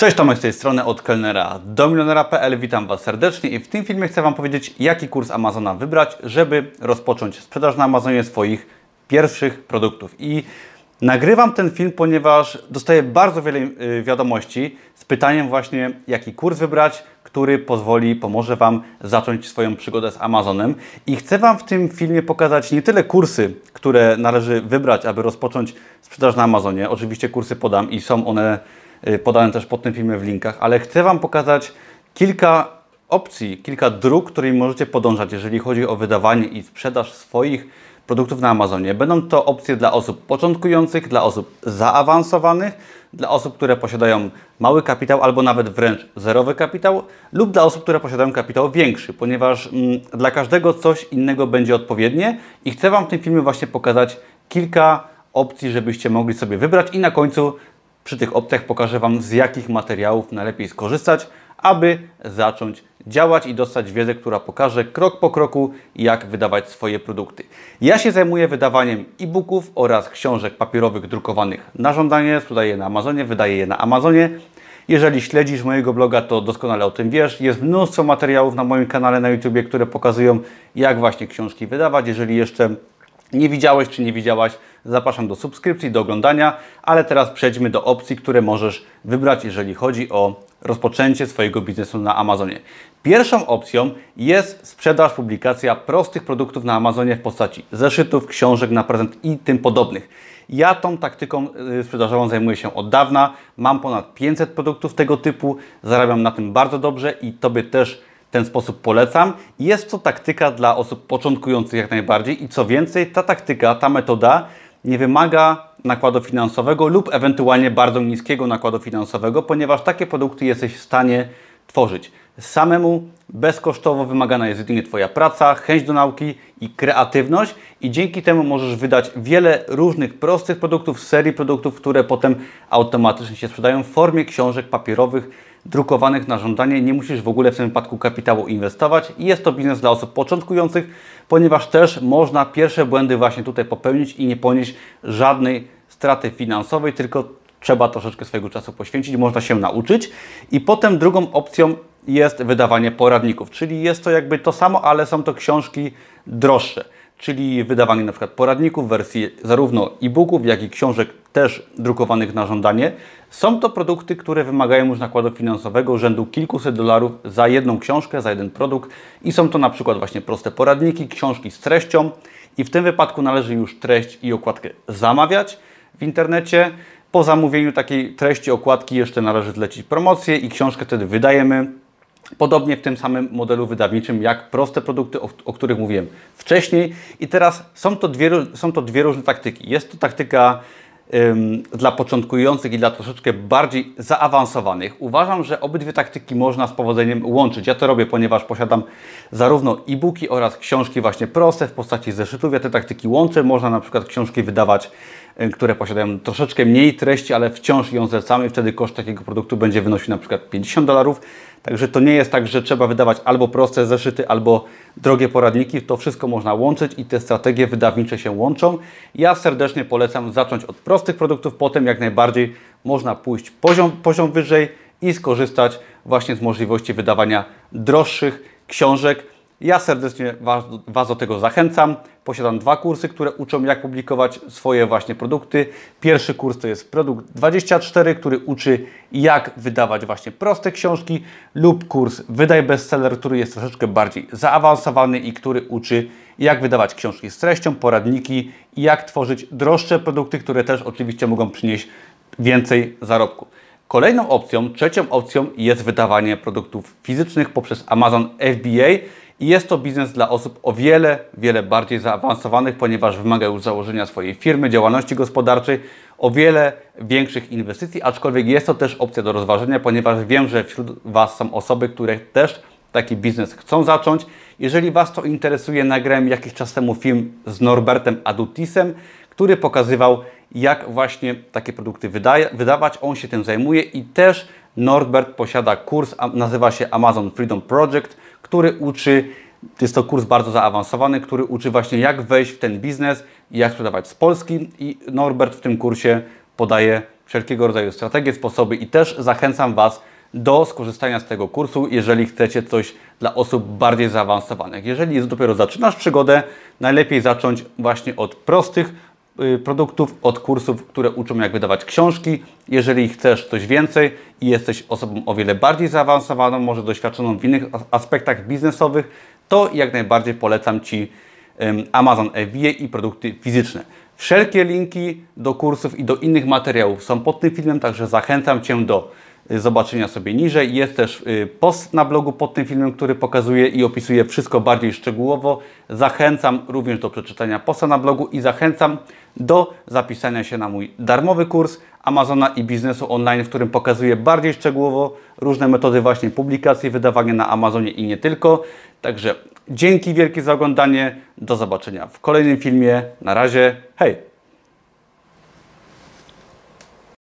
Cześć, Tomek z tej strony, od kelnera do milionera.pl. Witam Was serdecznie i w tym filmie chcę Wam powiedzieć, jaki kurs Amazona wybrać, żeby rozpocząć sprzedaż na Amazonie swoich pierwszych produktów. I nagrywam ten film, ponieważ dostaję bardzo wiele wiadomości z pytaniem właśnie, jaki kurs wybrać, który pomoże Wam zacząć swoją przygodę z Amazonem. I chcę Wam w tym filmie pokazać nie tyle kursy, które należy wybrać, aby rozpocząć sprzedaż na Amazonie. Oczywiście kursy podam i są one podane też pod tym filmem w linkach, ale chcę Wam pokazać kilka opcji, kilka dróg, którymi możecie podążać, jeżeli chodzi o wydawanie i sprzedaż swoich produktów na Amazonie. Będą to opcje dla osób początkujących, dla osób zaawansowanych, dla osób, które posiadają mały kapitał albo nawet wręcz zerowy kapitał, lub dla osób, które posiadają kapitał większy, ponieważ dla każdego coś innego będzie odpowiednie i chcę Wam w tym filmie właśnie pokazać kilka opcji, żebyście mogli sobie wybrać i na końcu przy tych opcjach pokażę Wam, z jakich materiałów najlepiej skorzystać, aby zacząć działać i dostać wiedzę, która pokaże krok po kroku, jak wydawać swoje produkty. Ja się zajmuję wydawaniem e-booków oraz książek papierowych drukowanych na żądanie, sprzedaję je na Amazonie, wydaję je na Amazonie. Jeżeli śledzisz mojego bloga, to doskonale o tym wiesz. Jest mnóstwo materiałów na moim kanale na YouTube, które pokazują, jak właśnie książki wydawać. Jeżeli jeszcze nie widziałeś czy nie widziałaś, zapraszam do subskrypcji, do oglądania, ale teraz przejdźmy do opcji, które możesz wybrać, jeżeli chodzi o rozpoczęcie swojego biznesu na Amazonie. Pierwszą opcją jest sprzedaż, publikacja prostych produktów na Amazonie w postaci zeszytów, książek na prezent i tym podobnych. Ja tą taktyką sprzedażową zajmuję się od dawna. Mam ponad 500 produktów tego typu, zarabiam na tym bardzo dobrze i Tobie też w ten sposób polecam. Jest to taktyka dla osób początkujących jak najbardziej i co więcej, ta taktyka, ta metoda nie wymaga nakładu finansowego lub ewentualnie bardzo niskiego nakładu finansowego, ponieważ takie produkty jesteś w stanie tworzyć samemu, bezkosztowo. Wymagana jest jedynie Twoja praca, chęć do nauki i kreatywność i dzięki temu możesz wydać wiele różnych prostych produktów, serii produktów, które potem automatycznie się sprzedają w formie książek papierowych, drukowanych na żądanie. Nie musisz w ogóle w tym wypadku kapitału inwestować i jest to biznes dla osób początkujących, ponieważ też można pierwsze błędy właśnie tutaj popełnić i nie ponieść żadnej straty finansowej, tylko trzeba troszeczkę swojego czasu poświęcić, można się nauczyć. I potem drugą opcją jest wydawanie poradników, czyli jest to jakby to samo, ale są to książki droższe, czyli wydawanie na przykład poradników w wersji zarówno e-booków, jak i książek też drukowanych na żądanie. Są to produkty, które wymagają już nakładu finansowego rzędu kilkuset dolarów za jedną książkę, za jeden produkt i są to na przykład właśnie proste poradniki, książki z treścią i w tym wypadku należy już treść i okładkę zamawiać w internecie. Po zamówieniu takiej treści, okładki jeszcze należy zlecić promocję i książkę wtedy wydajemy. Podobnie w tym samym modelu wydawniczym jak proste produkty, o których mówiłem wcześniej. I teraz są to dwie różne taktyki. Jest to taktyka dla początkujących i dla troszeczkę bardziej zaawansowanych. Uważam, że obydwie taktyki można z powodzeniem łączyć. Ja to robię, ponieważ posiadam zarówno e-booki oraz książki właśnie proste w postaci zeszytów. Ja te taktyki łączę. Można na przykład książki wydawać, które posiadają troszeczkę mniej treści, ale wciąż ją zlecamy i wtedy koszt takiego produktu będzie wynosił na przykład $50. Także to nie jest tak, że trzeba wydawać albo proste zeszyty, albo drogie poradniki. To wszystko można łączyć i te strategie wydawnicze się łączą. Ja serdecznie polecam zacząć od prostych produktów, potem jak najbardziej można pójść poziom wyżej i skorzystać właśnie z możliwości wydawania droższych książek. Ja serdecznie Was do tego zachęcam. Posiadam 2 kursy, które uczą, jak publikować swoje właśnie produkty. Pierwszy kurs to jest Produkt 24, który uczy, jak wydawać właśnie proste książki, lub kurs Wydaj Bestseller, który jest troszeczkę bardziej zaawansowany i który uczy, jak wydawać książki z treścią, poradniki i jak tworzyć droższe produkty, które też oczywiście mogą przynieść więcej zarobku. Kolejną opcją, trzecią opcją jest wydawanie produktów fizycznych poprzez Amazon FBA. I jest to biznes dla osób o wiele bardziej zaawansowanych, ponieważ wymaga już założenia swojej firmy, działalności gospodarczej, o wiele większych inwestycji, aczkolwiek jest to też opcja do rozważenia, ponieważ wiem, że wśród Was są osoby, które też taki biznes chcą zacząć. Jeżeli Was to interesuje, nagrałem jakiś czas temu film z Norbertem Adutisem, który pokazywał, jak właśnie takie produkty wydawać. On się tym zajmuje i też Norbert posiada kurs, nazywa się Amazon Freedom Project, który uczy, jest to kurs bardzo zaawansowany, który uczy właśnie, jak wejść w ten biznes i jak sprzedawać z Polski. I Norbert w tym kursie podaje wszelkiego rodzaju strategie, sposoby i też zachęcam Was do skorzystania z tego kursu, jeżeli chcecie coś dla osób bardziej zaawansowanych. Jeżeli dopiero zaczynasz przygodę, najlepiej zacząć właśnie od prostych produktów, od kursów, które uczą jak wydawać książki. Jeżeli chcesz coś więcej i jesteś osobą o wiele bardziej zaawansowaną, może doświadczoną w innych aspektach biznesowych, to jak najbardziej polecam Ci Amazon FBA i produkty fizyczne. Wszelkie linki do kursów i do innych materiałów są pod tym filmem, także zachęcam Cię do zobaczenia sobie niżej. Jest też post na blogu pod tym filmem, który pokazuje i opisuje wszystko bardziej szczegółowo. Zachęcam również do przeczytania posta na blogu i zachęcam do zapisania się na mój darmowy kurs Amazona i biznesu online, w którym pokazuję bardziej szczegółowo różne metody właśnie publikacji, wydawania na Amazonie i nie tylko. Także dzięki wielkie za oglądanie. Do zobaczenia w kolejnym filmie. Na razie. Hej!